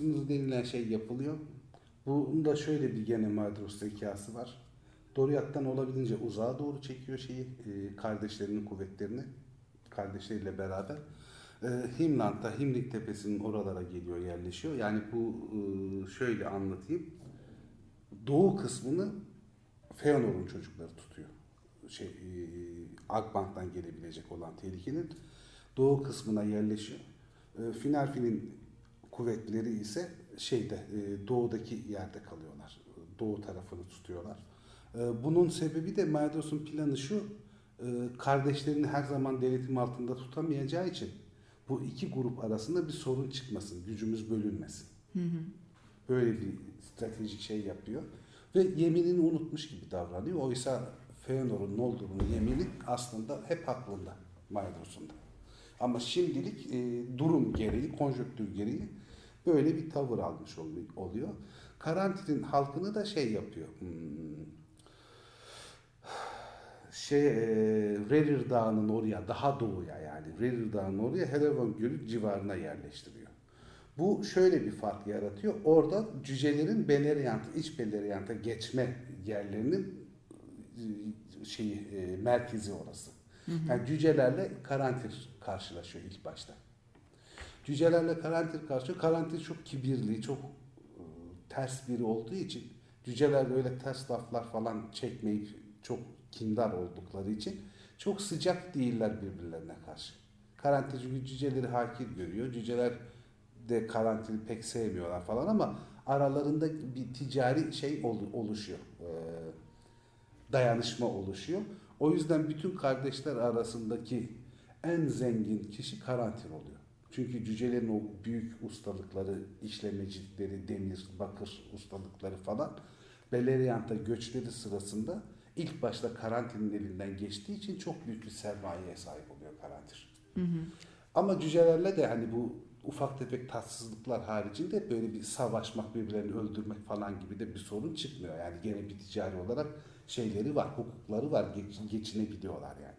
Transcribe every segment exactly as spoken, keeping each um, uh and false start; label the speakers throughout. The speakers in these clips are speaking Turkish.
Speaker 1: kısmı denilen şey yapılıyor. Bunun da şöyle bir gene Maedhros zekası var. Doriath'tan olabildiğince uzağa doğru çekiyor şeyi, e, kardeşlerinin kuvvetlerini, kardeşleriyle beraber. E, Himland'da, Himlik Tepesi'nin oralara geliyor, yerleşiyor. Yani bu e, şöyle anlatayım. Doğu kısmını Feanor'un çocukları tutuyor. Şey, e, Agbant'tan gelebilecek olan tehlikenin doğu kısmına yerleşiyor. E, Finarfin'in kuvvetleri ise şeyde e, doğudaki yerde kalıyorlar. Doğu tarafını tutuyorlar. E, bunun sebebi de Maedhros'un planı şu: e, kardeşlerini her zaman denetim altında tutamayacağı için bu iki grup arasında bir sorun çıkmasın, gücümüz bölünmesin.
Speaker 2: Hı hı.
Speaker 1: Böyle bir stratejik şey yapıyor ve yeminini unutmuş gibi davranıyor. Oysa Feanor'un Noldor'un yemini aslında hep aklında Maedhros'un da. Ama şimdilik e, durum gereği, konjonktür gereği böyle bir tavır almış oluyor. Karantin'in halkını da şey yapıyor. Hmm, şey e, Rerir Dağı'nın oraya, daha doğuya, yani Rerir Dağı'nın oraya, Helevon Gölü civarına yerleştiriyor. Bu şöyle bir fark yaratıyor. Orada cücelerin Beleriand, iç Beleriand'a geçme yerlerinin şeyi, e, merkezi orası. Hı hı. Yani cücelerle Karantir karşılaşıyor ilk başta. Cücelerle Karantir karşılaşıyor. Karantir çok kibirli, çok e, ters biri olduğu için, cüceler öyle ters laflar falan çekmeyip çok kindar oldukları için çok sıcak değiller birbirlerine karşı. Karantir çünkü cüceleri hakir görüyor. Cüceler de Karantin'i pek sevmiyorlar falan ama aralarında bir ticari şey oluşuyor. E, dayanışma oluşuyor. O yüzden bütün kardeşler arasındaki en zengin kişi Karantin oluyor. Çünkü cücelerin o büyük ustalıkları, işlemecilikleri, demir, bakır ustalıkları falan Beleriand'a göçleri sırasında ilk başta Karantin'in elinden geçtiği için çok büyük bir sermayeye sahip oluyor Karantin. Hı hı. Ama cücelerle de hani bu ufak tefek tatsızlıklar haricinde böyle bir savaşmak, birbirlerini öldürmek falan gibi de bir sorun çıkmıyor. Yani gene bir ticari olarak şeyleri var, hukukları var, geç, geçinebiliyorlar yani.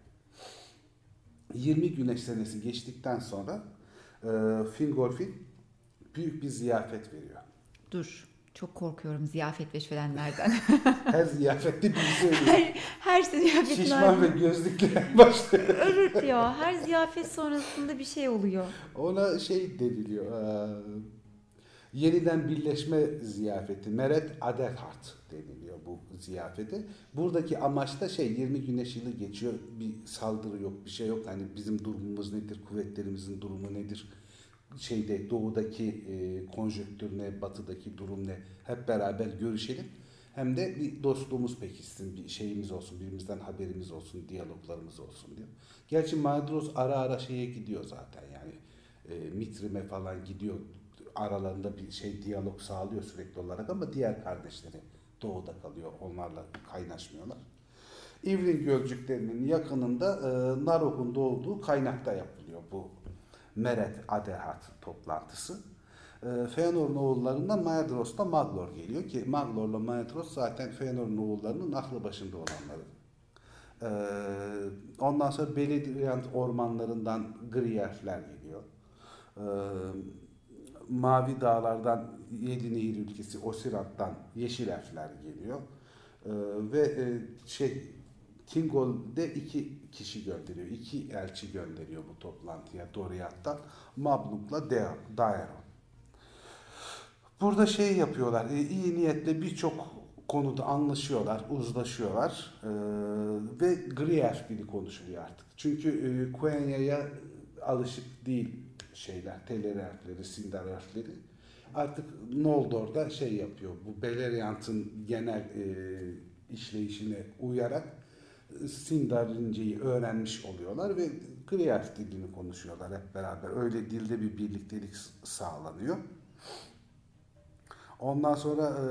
Speaker 1: yirmi güneş senesi geçtikten sonra e, Fingolfin büyük bir ziyafet veriyor.
Speaker 2: Dur, çok korkuyorum ziyafet ve şölenlerden.
Speaker 1: Her ziyafette bir söylüyor.
Speaker 2: Her, her ziyafet
Speaker 1: şişman ve gözlükle başlıyor.
Speaker 2: Evet ya, her ziyafet sonrasında bir şey oluyor.
Speaker 1: Ona şey deniliyor, e, yeniden birleşme ziyafeti, Meret Adelhart deniliyor bu ziyafete. Buradaki amaç da şey, yirmi güneş yılı geçiyor, bir saldırı yok, bir şey yok. Hani bizim durumumuz nedir, kuvvetlerimizin durumu nedir, şeyde doğudaki e, konjonktür ne, batıdaki durum ne, hep beraber görüşelim. Hem de bir dostluğumuz pekişsin, bir şeyimiz olsun, birbirimizden haberimiz olsun, diyaloglarımız olsun diyor. Gerçi Maedhros ara ara şeye gidiyor zaten, yani e, Mitrim'e falan gidiyor. Aralarında bir şey, diyalog sağlıyor sürekli olarak ama diğer kardeşleri doğuda kalıyor. Onlarla kaynaşmıyorlar. İvrin Gölcüklerinin yakınında e, Narog'un doğduğu kaynakta yapılıyor bu Meret Adelhart toplantısı. E, Feanor'un oğullarından Maedhros'ta Maglor geliyor ki Maglor'la Maedhros zaten Feanor'un oğullarının aklı başında olanları. E, ondan sonra Beleriand ormanlarından Grielf'ler geliyor. E, Mavi Dağlardan Yedi Nehir ülkesi Osirant'tan Yeşil Elfler geliyor. Ee, ve e, şey Thingol'de iki kişi gönderiyor. İki elçi gönderiyor bu toplantıya Doriath'tan. Mablung'la Daeron. Burada şey yapıyorlar. E, iyi niyetle birçok konuda anlaşıyorlar, uzlaşıyorlar. E, ve Grielf dili konuşuluyor artık. Çünkü e, Quenya alışık değil şeyler, Teleri elfleri, Sindar elfleri. Artık Noldor'da şey yapıyor, bu Beleriand'ın genel e, işleyişine uyarak Sindarince'yi öğrenmiş oluyorlar ve Grielf dilini konuşuyorlar hep beraber. Öyle dilde bir birliktelik sağlanıyor. Ondan sonra e,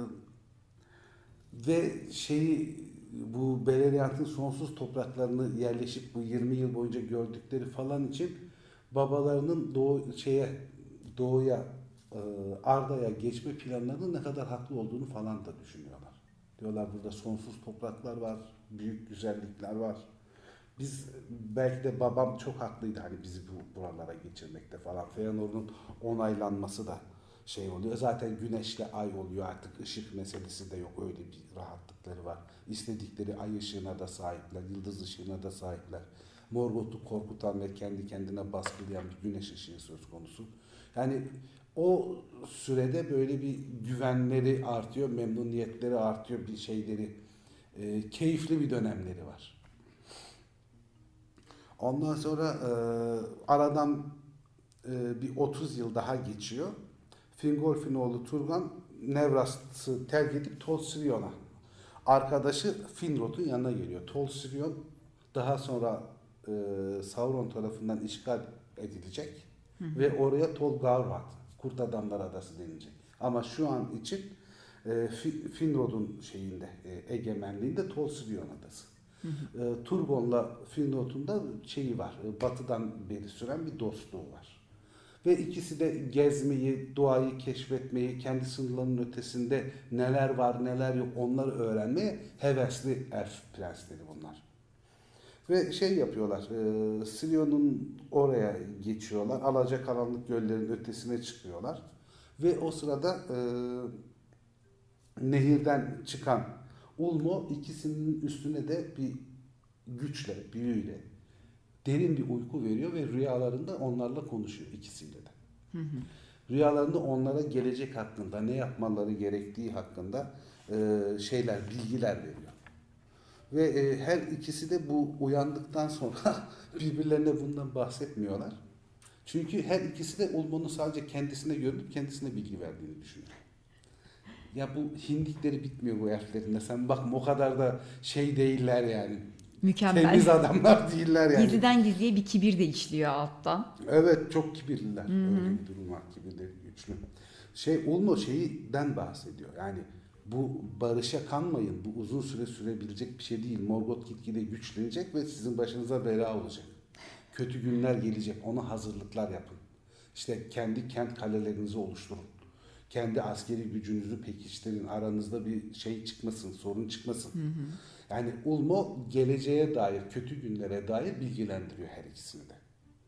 Speaker 1: ve şeyi, bu Beleriand'ın sonsuz topraklarını yerleşip bu yirmi yıl boyunca gördükleri falan için babalarının doğu şeye doğuya e, Arda'ya geçme planlarının ne kadar haklı olduğunu falan da düşünüyorlar. Diyorlar burada sonsuz topraklar var, büyük güzellikler var. Biz belki de babam çok haklıydı hani bizi bu buralara geçirmekte falan. Feanor'un onaylanması da şey oluyor. Zaten güneşle ay oluyor artık, ışık meselesi de yok, öyle bir rahatlıkları var. İstedikleri ay ışığına da sahipler, yıldız ışığına da sahipler. Morgoth'u korkutan ve kendi kendine baskılayan bir güneş ışığı söz konusu. Yani o sürede böyle bir güvenleri artıyor, memnuniyetleri artıyor, bir şeyleri, e, keyifli bir dönemleri var. Ondan sonra e, aradan e, bir otuz yıl daha geçiyor. Fingolfin oğlu Turgon Nevrast'ı terk edip Tol Sirion'a, arkadaşı Finrod'un yanına geliyor. Tol Sirion daha sonra e, Sauron tarafından işgal edilecek. Hı hı. Ve oraya Tol Gawrat, Kurt Adamlar Adası denilecek. Ama şu an için e, Finrod'un şeyinde, e, egemenliğinde Tol Sirion Adası. Hı hı. E, Turgon'la Finrod'un da şeyi var, e, batıdan beri süren bir dostluğu var. Ve ikisi de gezmeyi, doğayı keşfetmeyi, kendi sınırlarının ötesinde neler var neler yok onları öğrenmeye hevesli elf prensleri bunlar. Ve şey yapıyorlar, e, Sirion'un oraya geçiyorlar, alacakaranlık göllerin ötesine çıkıyorlar. Ve o sırada e, nehirden çıkan Ulmo ikisinin üstüne de bir güçle, büyüyle derin bir uyku veriyor ve rüyalarında onlarla konuşuyor, ikisiyle de. Hı hı. Rüyalarında onlara gelecek hakkında, ne yapmaları gerektiği hakkında e, şeyler, bilgiler veriyor. Ve e, her ikisi de bu uyandıktan sonra birbirlerine bundan bahsetmiyorlar. Çünkü her ikisi de Ulmo'nun sadece kendisine görünüp kendisine bilgi verdiğini düşünüyor. Ya bu hindikleri bitmiyor bu heriflerinde. Sen bakma, o kadar da şey değiller yani.
Speaker 2: Mükemmel.
Speaker 1: Temiz adamlar değiller yani.
Speaker 2: Gizliden gizliye bir kibir de işliyor alttan. Evet,
Speaker 1: çok kibirliler. Hı-hı. Öyle bir durum var, kibirleri güçlü. Şey, Ulmo şeyden bahsediyor. Yani bu barışa kanmayın. Bu uzun süre sürebilecek bir şey değil. Morgoth gitgide güçlenecek ve sizin başınıza bela olacak. Kötü günler gelecek. Ona hazırlıklar yapın. İşte kendi kent kalelerinizi oluşturun. Kendi askeri gücünüzü pekiştirin. Aranızda bir şey çıkmasın, sorun çıkmasın. Hı hı. Yani Ulmo geleceğe dair, kötü günlere dair bilgilendiriyor her ikisini de.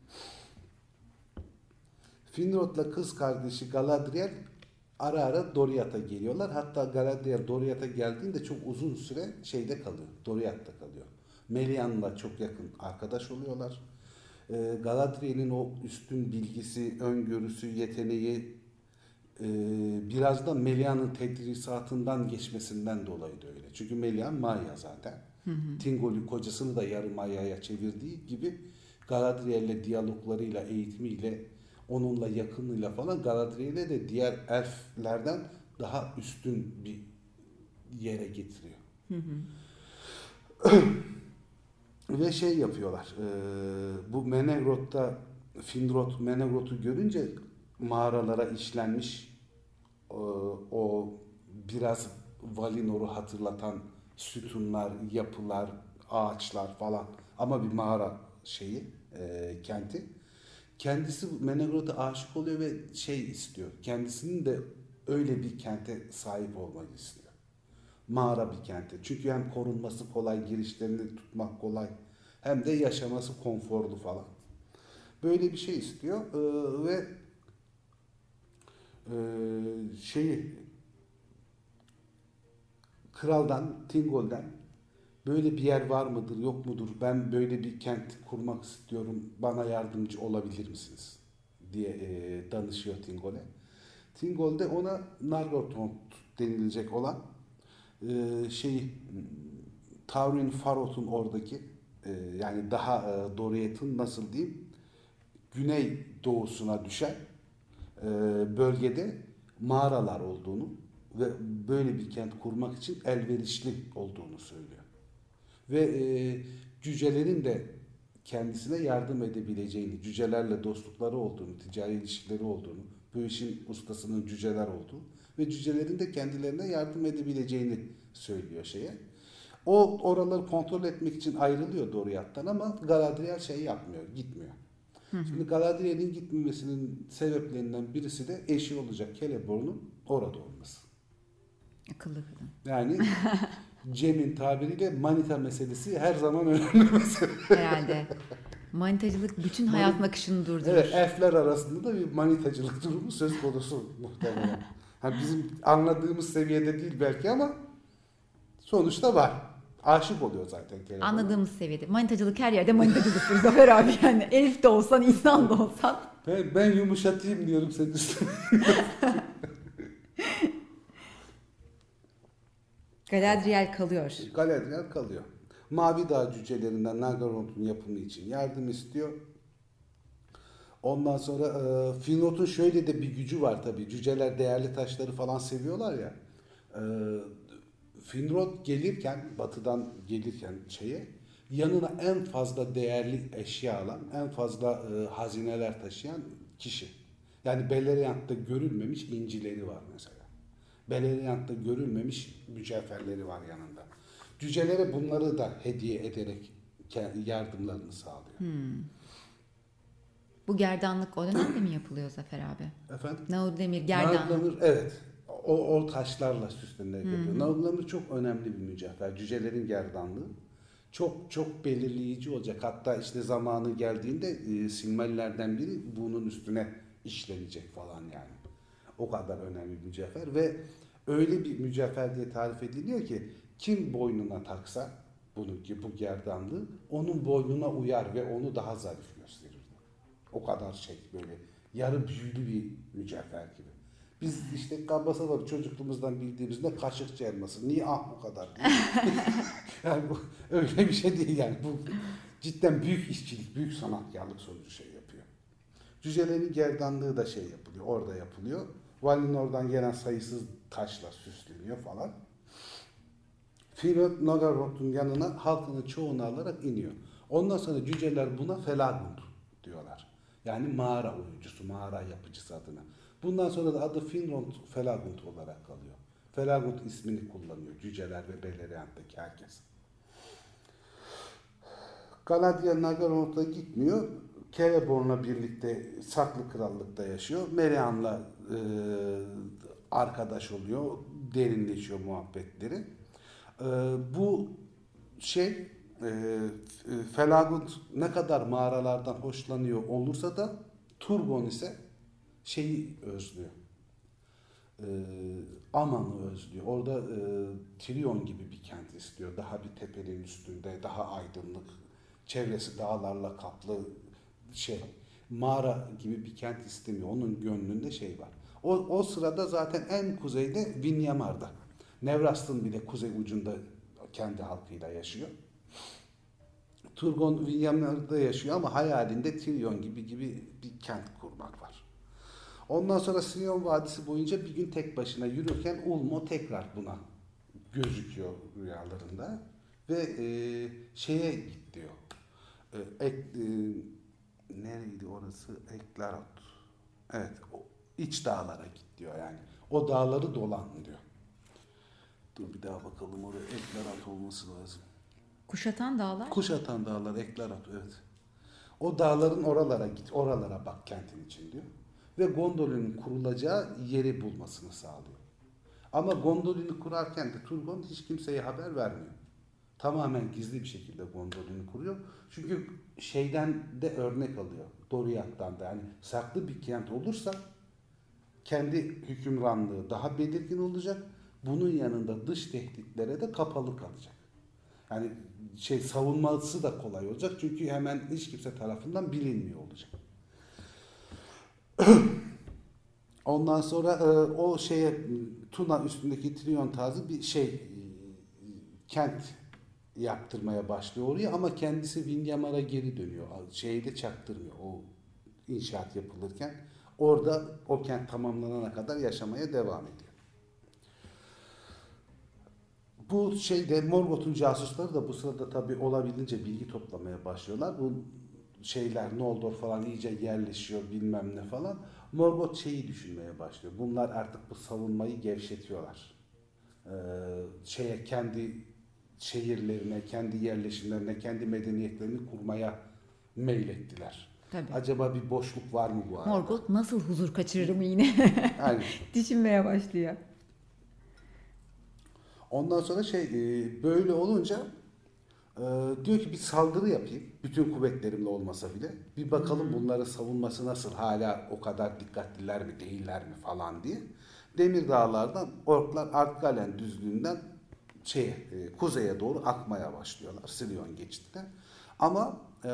Speaker 1: Finrod'la kız kardeşi Galadriel ara ara Doriath'a geliyorlar. Hatta Galadriel Doriath'a geldiğinde çok uzun süre şeyde kalıyor, Doriath'ta kalıyor. Melian'la çok yakın arkadaş oluyorlar. Ee, Galadriel'in o üstün bilgisi, öngörüsü, yeteneği e, biraz da Melian'ın tedrisatından geçmesinden dolayı da öyle. Çünkü Melian Maya zaten. Hı hı. Tingol'ün kocasını da yarı Maya'ya çevirdiği gibi Galadriel'le diyaloglarıyla, eğitimiyle, onunla yakınlığıyla falan Galadriel'e de diğer elflerden daha üstün bir yere getiriyor. Hı hı. Ve şey yapıyorlar. E, bu Menegroth'ta Finrod Menegroth'u görünce mağaralara işlenmiş o, o biraz Valinor'u hatırlatan sütunlar, yapılar, ağaçlar falan ama bir mağara şeyi, e, kenti. Kendisi Menegroth'a aşık oluyor ve şey istiyor. Kendisinin de öyle bir kente sahip olmayı istiyor. Mağara bir kente. Çünkü hem korunması kolay, girişlerini tutmak kolay, hem de yaşaması konforlu falan. Böyle bir şey istiyor ee, ve e, şeyi kraldan, Tingol'den böyle bir yer var mıdır, yok mudur? Ben böyle bir kent kurmak istiyorum. Bana yardımcı olabilir misiniz? Diye e, danışıyor Tingol'e. Tingol de ona Nargothrond denilecek olan e, şeyi Taurin Farot'un oradaki e, yani daha e, Doriath'ın nasıl diyeyim güney doğusuna düşen e, bölgede mağaralar olduğunu ve böyle bir kent kurmak için elverişli olduğunu söylüyor. Ve e, cücelerin de kendisine yardım edebileceğini, cücelerle dostlukları olduğunu, ticari ilişkileri olduğunu, bu işin ustasının cüceler olduğu ve cücelerin de kendilerine yardım edebileceğini söylüyor şeye. O oraları kontrol etmek için ayrılıyor Doriath'tan ama Galadriel şey yapmıyor, gitmiyor. Hı hı. Şimdi Galadriel'in gitmemesinin sebeplerinden birisi de eşi olacak Celeborn'un orada olması.
Speaker 2: Akıllı kadın.
Speaker 1: Yani Cem'in tabiriyle manita meselesi her zaman önemli mesele.
Speaker 2: Herhalde. Manitacılık bütün hayatın akışını durdurur.
Speaker 1: Evet, elfler arasında da bir manitacılık durumu söz konusu muhtemelen. Ha, bizim anladığımız seviyede değil belki ama sonuçta var. Aşık oluyor zaten telefona.
Speaker 2: Anladığımız seviyede. Manitacılık her yerde manitacılıktır Zafer abi yani. Elf de olsan, insan da olsan.
Speaker 1: Ben, ben yumuşatayım diyorum senin üstüne.
Speaker 2: Galadriel kalıyor.
Speaker 1: Galadriel kalıyor. Mavi Dağ cücelerinden Nargothrond'un yapımı için yardım istiyor. Ondan sonra e, Finrod'un şöyle de bir gücü var tabii. Cüceler değerli taşları falan seviyorlar ya. E, Finrod gelirken, batıdan gelirken şeye, yanına en fazla değerli eşya alan, en fazla e, hazineler taşıyan kişi. Yani Beleriand'da görülmemiş incileri var mesela. Beleriand'da görülmemiş mücevherleri var yanında. Cücelere bunları da hediye ederek yardımlarını sağlıyor.
Speaker 2: Hmm. Bu gerdanlık o dönemde mi yapılıyor Zafer abi?
Speaker 1: Efendim?
Speaker 2: Naudemir gerdanlık.
Speaker 1: Naudemir, evet. O, o taşlarla süslenerek yapıyor. Naudemir çok önemli bir mücevher. Cücelerin gerdanlığı. Çok çok belirleyici olacak. Hatta işte zamanı geldiğinde e, Silmarillerden biri bunun üstüne işlenecek falan yani. O kadar önemli bir mücevher ve öyle bir mücevher diye tarif ediliyor ki kim boynuna taksa bunu ki bu gerdanlığı onun boynuna uyar ve onu daha zarif gösterir. O kadar şey böyle yarı büyülü bir mücevher gibi. Biz işte kabasa var çocukluğumuzdan bildiğimiz ne kaşıkçı elması. Niye ah bu kadar değil. Yani bu öyle bir şey değil yani. Bu cidden büyük işçilik, büyük sanatkarlık sonucu şey yapıyor. Cücelerin gerdanlığı da şey yapılıyor, orada yapılıyor. Valinor'dan gelen sayısız taşla süsleniyor falan. Finrod Nargothrond'un yanına halkının çoğunu alarak iniyor. Ondan sonra cüceler buna Felagund diyorlar. Yani mağara oyuncusu, mağara yapıcısı adına. Bundan sonra da adı Finrod Felagund olarak kalıyor. Felagund ismini kullanıyor cüceler ve Beleriand'daki herkes. Galadriel Nargothrond'a gitmiyor. Celeborn'la birlikte Saklı Krallık'ta yaşıyor. Merian'la e, arkadaş oluyor. Derinleşiyor muhabbetleri. E, bu şey e, Felagund ne kadar mağaralardan hoşlanıyor olursa da Turgon ise şeyi özlüyor. E, Aman'ı özlüyor. Orada e, Trion gibi bir kent istiyor. Daha bir tepenin üstünde, daha aydınlık, çevresi dağlarla kaplı şey, mağara gibi bir kent istemiyor. Onun gönlünde şey var. O, o sırada zaten en kuzeyde Vinyamar'da. Nevrast'ın bile kuzey ucunda kendi halkıyla yaşıyor. Turgon Vinyamar'da yaşıyor ama hayalinde Trion gibi gibi bir kent kurmak var. Ondan sonra Sion Vadisi boyunca bir gün tek başına yürürken Ulmo tekrar buna gözüküyor rüyalarında ve e, şeye git diyor. E, ek, e, nereydi orası? Eklarot. Evet, o iç dağlara git diyor yani. O dağları dolan diyor. Dur bir daha bakalım oraya. Eklarot olması lazım.
Speaker 2: Kuşatan dağlar?
Speaker 1: Kuşatan dağlar, Eklarot, evet. O dağların oralara git, oralara bak kentin için diyor. Ve Gondolin'in kurulacağı yeri bulmasını sağlıyor. Ama Gondolin'i kurarken de Turgon hiç kimseye haber vermiyor. Tamamen gizli bir şekilde Gondolin'i kuruyor. Çünkü şeyden de örnek alıyor. Doriath'tan da yani saklı bir kent olursa kendi hükümranlığı daha belirgin olacak. Bunun yanında dış tehditlere de kapalı kalacak. Yani şey savunması da kolay olacak. Çünkü hemen hiç kimse tarafından bilinmiyor olacak. Ondan sonra e, o şeye Tuna üstündeki Trion tarzı bir şey e, kent yaptırmaya başlıyor oraya ama kendisi Vinyamar'a geri dönüyor. Şeyi de çaktırmıyor o inşaat yapılırken. Orada o kent tamamlanana kadar yaşamaya devam ediyor. Bu şeyde Morgoth'un casusları da bu sırada tabii olabildiğince bilgi toplamaya başlıyorlar. Bu şeyler Noldor falan iyice yerleşiyor bilmem ne falan. Morgoth şeyi düşünmeye başlıyor. Bunlar artık bu savunmayı gevşetiyorlar. Ee, şeye kendi şehirlerine, kendi yerleşimlerine, kendi medeniyetlerini kurmaya meylettiler.
Speaker 2: Tabii.
Speaker 1: Acaba bir boşluk var mı bu arada?
Speaker 2: Morgoth nasıl huzur kaçırırım yine?
Speaker 1: Yani.
Speaker 2: Düşünmeye başlıyor.
Speaker 1: Ondan sonra şey böyle olunca Ee, diyor ki bir saldırı yapayım. Bütün kuvvetlerimle olmasa bile. Bir bakalım
Speaker 2: Hmm.
Speaker 1: bunların savunması nasıl. Hala o kadar dikkatliler mi değiller mi falan diye. Demir Dağlar'dan orklar Artgalen düzlüğünden şeye, e, kuzeye doğru akmaya başlıyorlar. Sirion geçitte. Ama e,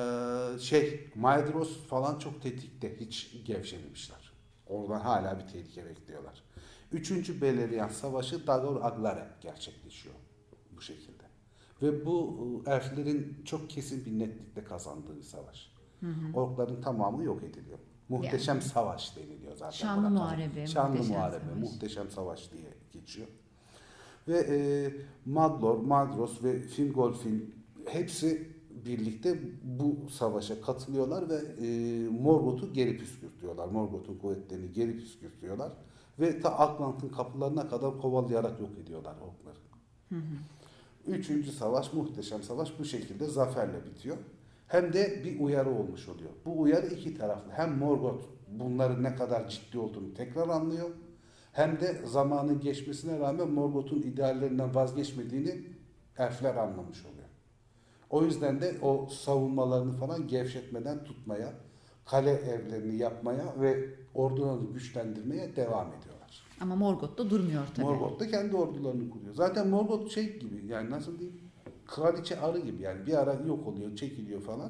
Speaker 1: şey Maedhros falan çok tetikte. Hiç gevşememişler. Oradan hala bir tehlike bekliyorlar. Üçüncü Beleriand Savaşı Dagor Aglar'e gerçekleşiyor bu şekilde. Ve bu elflerin çok kesin bir netlikle kazandığı bir savaş.
Speaker 2: Hı hı.
Speaker 1: Orkların tamamı yok ediliyor. Muhteşem
Speaker 2: Yani.
Speaker 1: savaş deniliyor zaten.
Speaker 2: Şanlı
Speaker 1: buna.
Speaker 2: muharebe,
Speaker 1: Şanlı
Speaker 2: muhteşem
Speaker 1: muharebe,
Speaker 2: savaş.
Speaker 1: muhteşem savaş diye geçiyor. Ve e, Maglor, Maedhros ve Fingolfin hepsi birlikte bu savaşa katılıyorlar ve e, Morgoth'u geri püskürtüyorlar. Morgoth'un kuvvetlerini geri püskürtüyorlar. Ve ta Aklant'ın kapılarına kadar kovalayarak yok ediyorlar orkları.
Speaker 2: Hı hı.
Speaker 1: Üçüncü savaş, muhteşem savaş bu şekilde zaferle bitiyor. Hem de bir uyarı olmuş oluyor. Bu uyarı iki taraflı. Hem Morgoth bunların ne kadar ciddi olduğunu tekrar anlıyor. Hem de zamanın geçmesine rağmen Morgoth'un ideallerinden vazgeçmediğini elfler anlamış oluyor. O yüzden de o savunmalarını falan gevşetmeden tutmaya, kale evlerini yapmaya ve ordularını güçlendirmeye devam ediyorlar.
Speaker 2: Ama Morgoth da durmuyor tabii.
Speaker 1: Morgoth da kendi ordularını kuruyor. Zaten Morgoth şey gibi yani nasıl diyeyim kraliçe arı gibi yani bir ara yok oluyor, çekiliyor falan.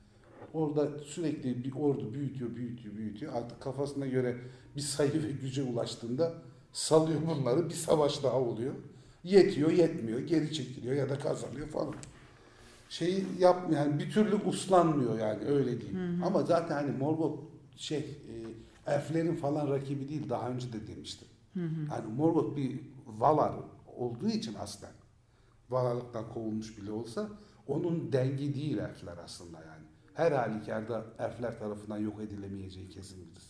Speaker 1: Orada sürekli bir ordu büyütüyor, büyütüyor, büyütüyor. Artık kafasına göre bir sayı ve güce ulaştığında salıyor bunları. Bir savaş daha oluyor. Yetiyor, yetmiyor. Geri çekiliyor ya da kazanıyor falan. Şeyi yapmıyor yani bir türlü uslanmıyor yani öyle diyeyim.
Speaker 2: Hı hı.
Speaker 1: Ama zaten hani Morgoth şey e, elflerin falan rakibi değil daha önce de demiştim.
Speaker 2: Hı hı.
Speaker 1: Yani Morgoth bir Valar olduğu için aslen Valarlıktan kovulmuş bile olsa onun dengi değil elfler aslında yani. Her halükarda elfler tarafından yok edilemeyeceği kesin birisi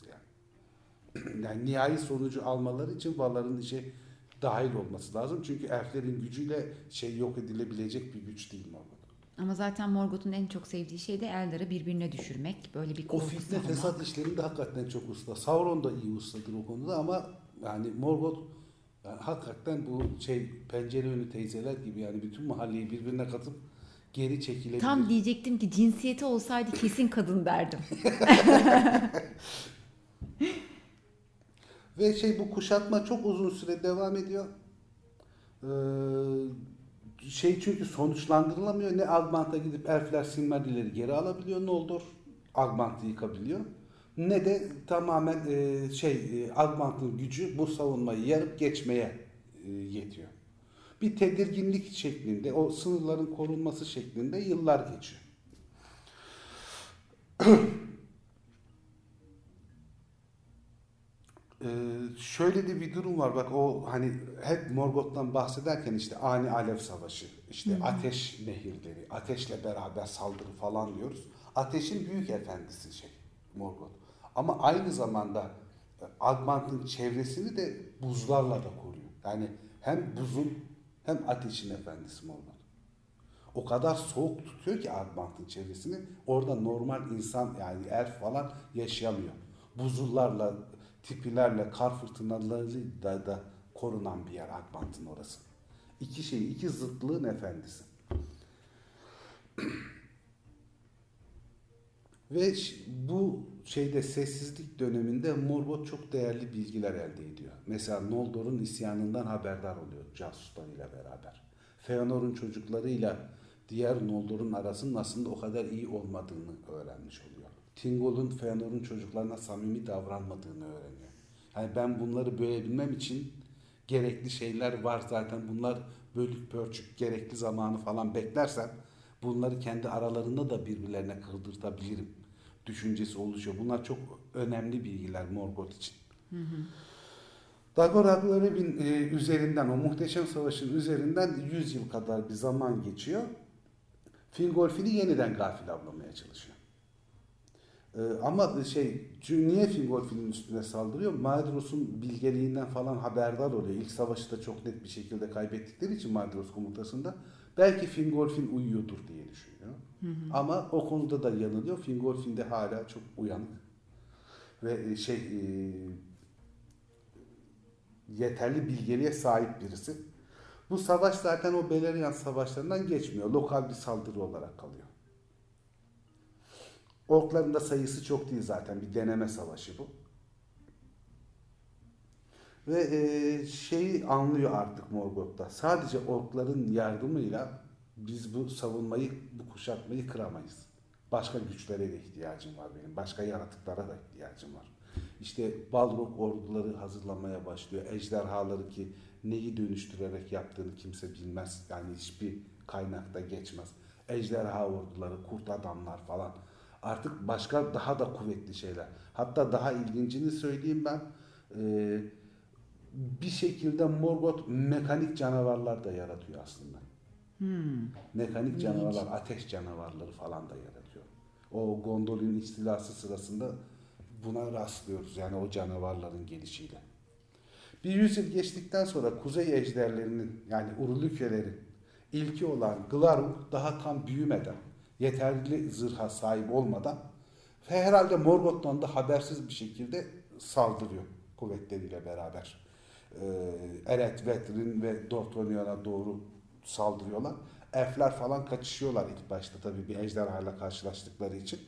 Speaker 1: yani. Yani nihai sonucu almaları için Valar'ın işe dahil olması lazım. Çünkü elflerin gücüyle şey yok edilebilecek bir güç değil Morgoth.
Speaker 2: Ama zaten Morgoth'un en çok sevdiği şey de Eldar'ı birbirine düşürmek. Böyle bir
Speaker 1: O
Speaker 2: korku
Speaker 1: fitne
Speaker 2: salmak.
Speaker 1: fesat işlerinde hakikaten çok usta. Sauron da iyi ustadır o konuda ama yani Morgoth yani hakikaten bu şey pencere önü teyzeler gibi yani bütün mahalleyi birbirine katıp geri çekilebilir.
Speaker 2: Tam diyecektim ki cinsiyeti olsaydı kesin kadın derdim.
Speaker 1: Ve şey bu kuşatma çok uzun süre devam ediyor. Ee, şey çünkü sonuçlandırılamıyor. Ne Almant'a gidip elfler Silmarill'leri geri alabiliyor ne olur. Almant'ı yıkabiliyor. Ne de tamamen e, şey e, Almant'ın gücü bu savunmayı yarıp geçmeye e, yetiyor. Bir tedirginlik şeklinde, o sınırların korunması şeklinde yıllar geçiyor. Ee, şöyle de bir durum var bak o hani hep Morgoth'tan bahsederken işte ani alev savaşı işte
Speaker 2: Hı hı.
Speaker 1: ateş nehirleri ateşle beraber saldırı falan diyoruz. Ateşin büyük efendisi şey Morgoth ama aynı zamanda e, Almant'ın çevresini de buzlarla da koruyor. Yani hem buzun hem ateşin efendisi Morgoth. O kadar soğuk tutuyor ki Almant'ın çevresini orada normal insan yani elf falan yaşayamıyor. Buzullarla tipilerle, kar fırtınalarıyla da korunan bir yer Akbant'ın orası. İki şey, iki zıtlığın efendisi. Ve bu şeyde sessizlik döneminde Morgoth çok değerli bilgiler elde ediyor. Mesela Noldor'un isyanından haberdar oluyor casuslarıyla beraber. Feanor'un çocuklarıyla diğer Noldor'un arasının aslında o kadar iyi olmadığını öğrenmiş oluyor. Thingol'un Feanor'un çocuklarına samimi davranmadığını öğreniyor. Yani ben bunları bölebilmem için gerekli şeyler var zaten bunlar bölük pörçük gerekli zamanı falan beklersem bunları kendi aralarında da birbirlerine kırdırtabilirim düşüncesi oluşuyor. Bunlar çok önemli bilgiler Morgoth için.
Speaker 2: Hı hı.
Speaker 1: Dagor Aglarib'in e, üzerinden o muhteşem savaşın üzerinden yüz yıl kadar bir zaman geçiyor. Fingolfin'i yeniden gafil avlamaya çalışıyor. Ee, ama şey niye Fingolfin'in üstüne saldırıyor? Maedhros'un bilgeliğinden falan haberdar oluyor. İlk savaşı da çok net bir şekilde kaybettikleri için Maedhros komutasında belki Fingolfin uyuyordur diye düşünüyor.
Speaker 2: Hı hı.
Speaker 1: Ama o konuda da yanılıyor. Fingolfin de hala çok uyanık ve şey e, yeterli bilgeliğe sahip birisi. Bu savaş zaten o Beleriand savaşlarından geçmiyor. Lokal bir saldırı olarak kalıyor. Orkların da sayısı çok değil zaten. Bir deneme savaşı bu. Ve e, şeyi anlıyor artık Morgoth'ta. Sadece orkların yardımıyla biz bu savunmayı, bu kuşatmayı kıramayız. Başka güçlere de ihtiyacım var benim. Başka yaratıklara da ihtiyacım var. İşte Balrog orduları hazırlamaya başlıyor. Ejderhaları ki neyi dönüştürerek yaptığını kimse bilmez. Yani hiçbir kaynakta geçmez. Ejderha orduları, kurt adamlar falan. Artık başka daha da kuvvetli şeyler. Hatta daha ilgincini söyleyeyim ben. Ee, bir şekilde Morgoth mekanik canavarlar da yaratıyor aslında.
Speaker 2: Hmm.
Speaker 1: Mekanik canavarlar, ateş canavarları falan da yaratıyor. O Gondolin istilası sırasında buna rastlıyoruz. Yani o canavarların gelişiyle. Bir yüzyıl geçtikten sonra kuzey ejderlerinin yani Urlükelerin ilki olan Glarung daha tam büyümeden, yeterli zırha sahip olmadan ve herhalde Morgoth'tan da habersiz bir şekilde saldırıyor kuvvetleriyle beraber. Ee, Eret, Vetrin ve Dorthrion'a doğru saldırıyorlar. Elfler falan kaçışıyorlar ilk başta tabii bir ejderhayla karşılaştıkları için.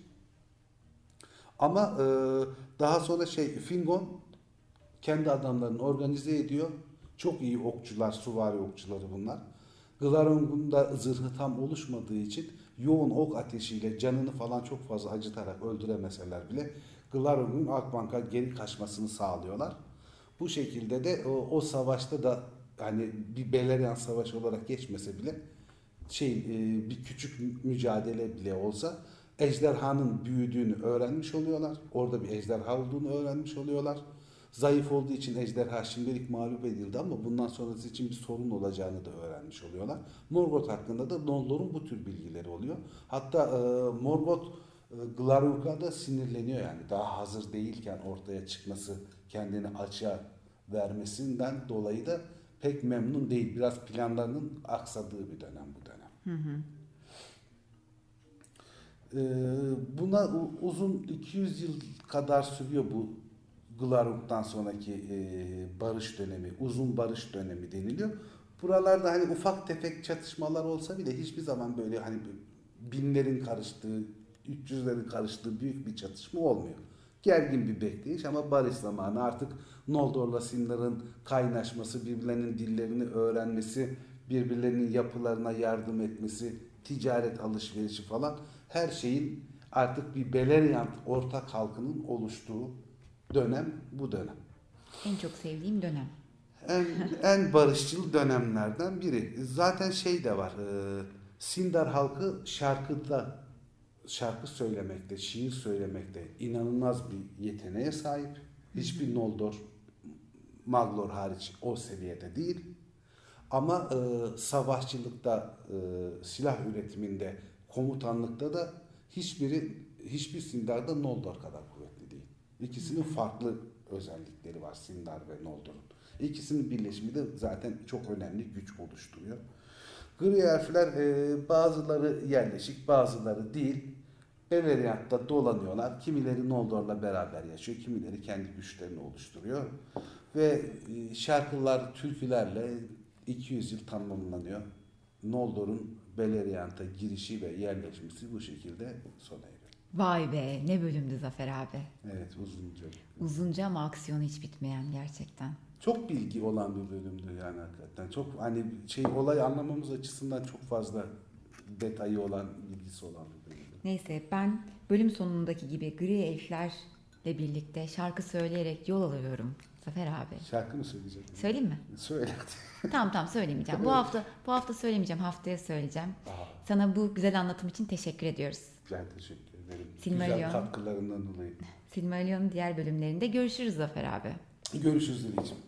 Speaker 1: Ama e, daha sonra şey Fingon kendi adamlarını organize ediyor. Çok iyi okçular, süvari okçuları bunlar. Glarung'un da zırhı tam oluşmadığı için yoğun ok ateşiyle canını falan çok fazla acıtarak öldüremeseler bile Glarung'un Akbank'a geri kaçmasını sağlıyorlar. Bu şekilde de o, o savaşta da hani bir Beleriand savaşı olarak geçmese bile şey e, bir küçük mücadele bile olsa ejderhanın büyüdüğünü öğrenmiş oluyorlar. Orada bir ejderha olduğunu öğrenmiş oluyorlar. Zayıf olduğu için ejderha şimdilik mağlup edildi ama bundan sonrası için bir sorun olacağını da öğrenmiş oluyorlar. Morgoth hakkında da Noldor'un bu tür bilgileri oluyor. Hatta e, Morgoth e, Glarung'a da sinirleniyor yani daha hazır değilken ortaya çıkması, kendini açığa vermesinden dolayı da pek memnun değil. Biraz planlarının aksadığı bir dönem bu dönem.
Speaker 2: Hı hı.
Speaker 1: Ee, buna uzun iki yüz yıl kadar sürüyor bu Glarung'dan sonraki e, barış dönemi, uzun barış dönemi deniliyor. Buralarda hani ufak tefek çatışmalar olsa bile hiçbir zaman böyle hani binlerin karıştığı, üç yüzlerin karıştığı büyük bir çatışma olmuyor. Gergin bir bekleyiş ama barış zamanı artık Noldor'la Sindar'ın kaynaşması, birbirlerinin dillerini öğrenmesi, birbirlerinin yapılarına yardım etmesi, ticaret alışverişi falan her şeyin artık bir Beleriand ortak halkının oluştuğu dönem bu dönem.
Speaker 2: En çok sevdiğim dönem.
Speaker 1: En, en barışçıl dönemlerden biri. Zaten şey de var. E, Sindar halkı şarkıda şarkı söylemekte, şiir söylemekte inanılmaz bir yeteneğe sahip. Hiçbir Noldor, Maglor hariç o seviyede değil. Ama e, savaşçılıkta, e, silah üretiminde, komutanlıkta da hiçbiri, hiçbir Sindar'da Noldor kadar kuvvetli değil. İkisinin farklı özellikleri var Sindar ve Noldor'un. İkisinin birleşimi de zaten çok önemli güç oluşturuyor. Gri elfler e, bazıları yerleşik, bazıları değil. Beleriand'da dolanıyorlar. Kimileri Noldor'la beraber yaşıyor, kimileri kendi güçlerini oluşturuyor. Ve e, şarkılar, türkülerle iki yüz yıl tamamlanıyor. Noldor'un Beleriand'a girişi ve yerleşmesi bu şekilde sona eriyor.
Speaker 2: Vay be, ne bölümdü Zafer abi.
Speaker 1: Evet, uzunca.
Speaker 2: Uzunca ama aksiyonu hiç bitmeyen gerçekten.
Speaker 1: Çok bilgi olan bir bölümdü yani hakikaten. Çok hani şey olay anlamamız açısından çok fazla detayı olan, bilgisi olan bir bölümdü.
Speaker 2: Neyse ben bölüm sonundaki gibi gri elflerle birlikte şarkı söyleyerek yol alıyorum Zafer abi.
Speaker 1: Şarkı mı söyleyeceksin?
Speaker 2: Söyleyeyim mi?
Speaker 1: Söyle.
Speaker 2: Tamam tamam söylemeyeceğim. Bu hafta bu hafta söylemeyeceğim. Haftaya söyleyeceğim.
Speaker 1: Aha.
Speaker 2: Sana bu güzel anlatım için teşekkür ediyoruz.
Speaker 1: Ben teşekkür ederim.
Speaker 2: Silmarillion.
Speaker 1: Güzel katkılarından dolayı.
Speaker 2: Silmarillion'un diğer bölümlerinde görüşürüz Zafer abi.
Speaker 1: Görüşürüz Dileciğim.